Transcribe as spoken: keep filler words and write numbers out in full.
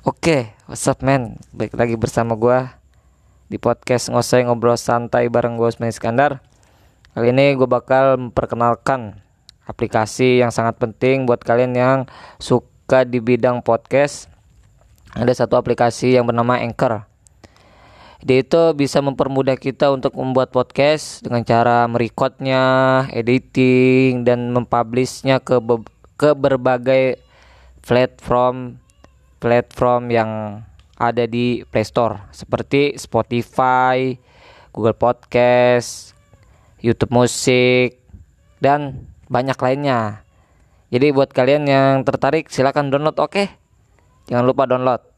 Oke, what's up man? Baik lagi bersama gua di podcast Ngoseng Ngobrol Santai bareng gue Usman Iskandar. Kali ini gue bakal memperkenalkan aplikasi yang sangat penting buat kalian yang suka di bidang podcast. Ada satu aplikasi yang bernama Anchor. Dia itu bisa mempermudah kita untuk membuat podcast dengan cara merecordnya, editing, dan mempublishnya ke be- ke berbagai platform platform yang ada di Play Store seperti Spotify, Google Podcast, YouTube Musik, dan banyak lainnya. Jadi buat kalian yang tertarik silakan download, oke? Jangan lupa download.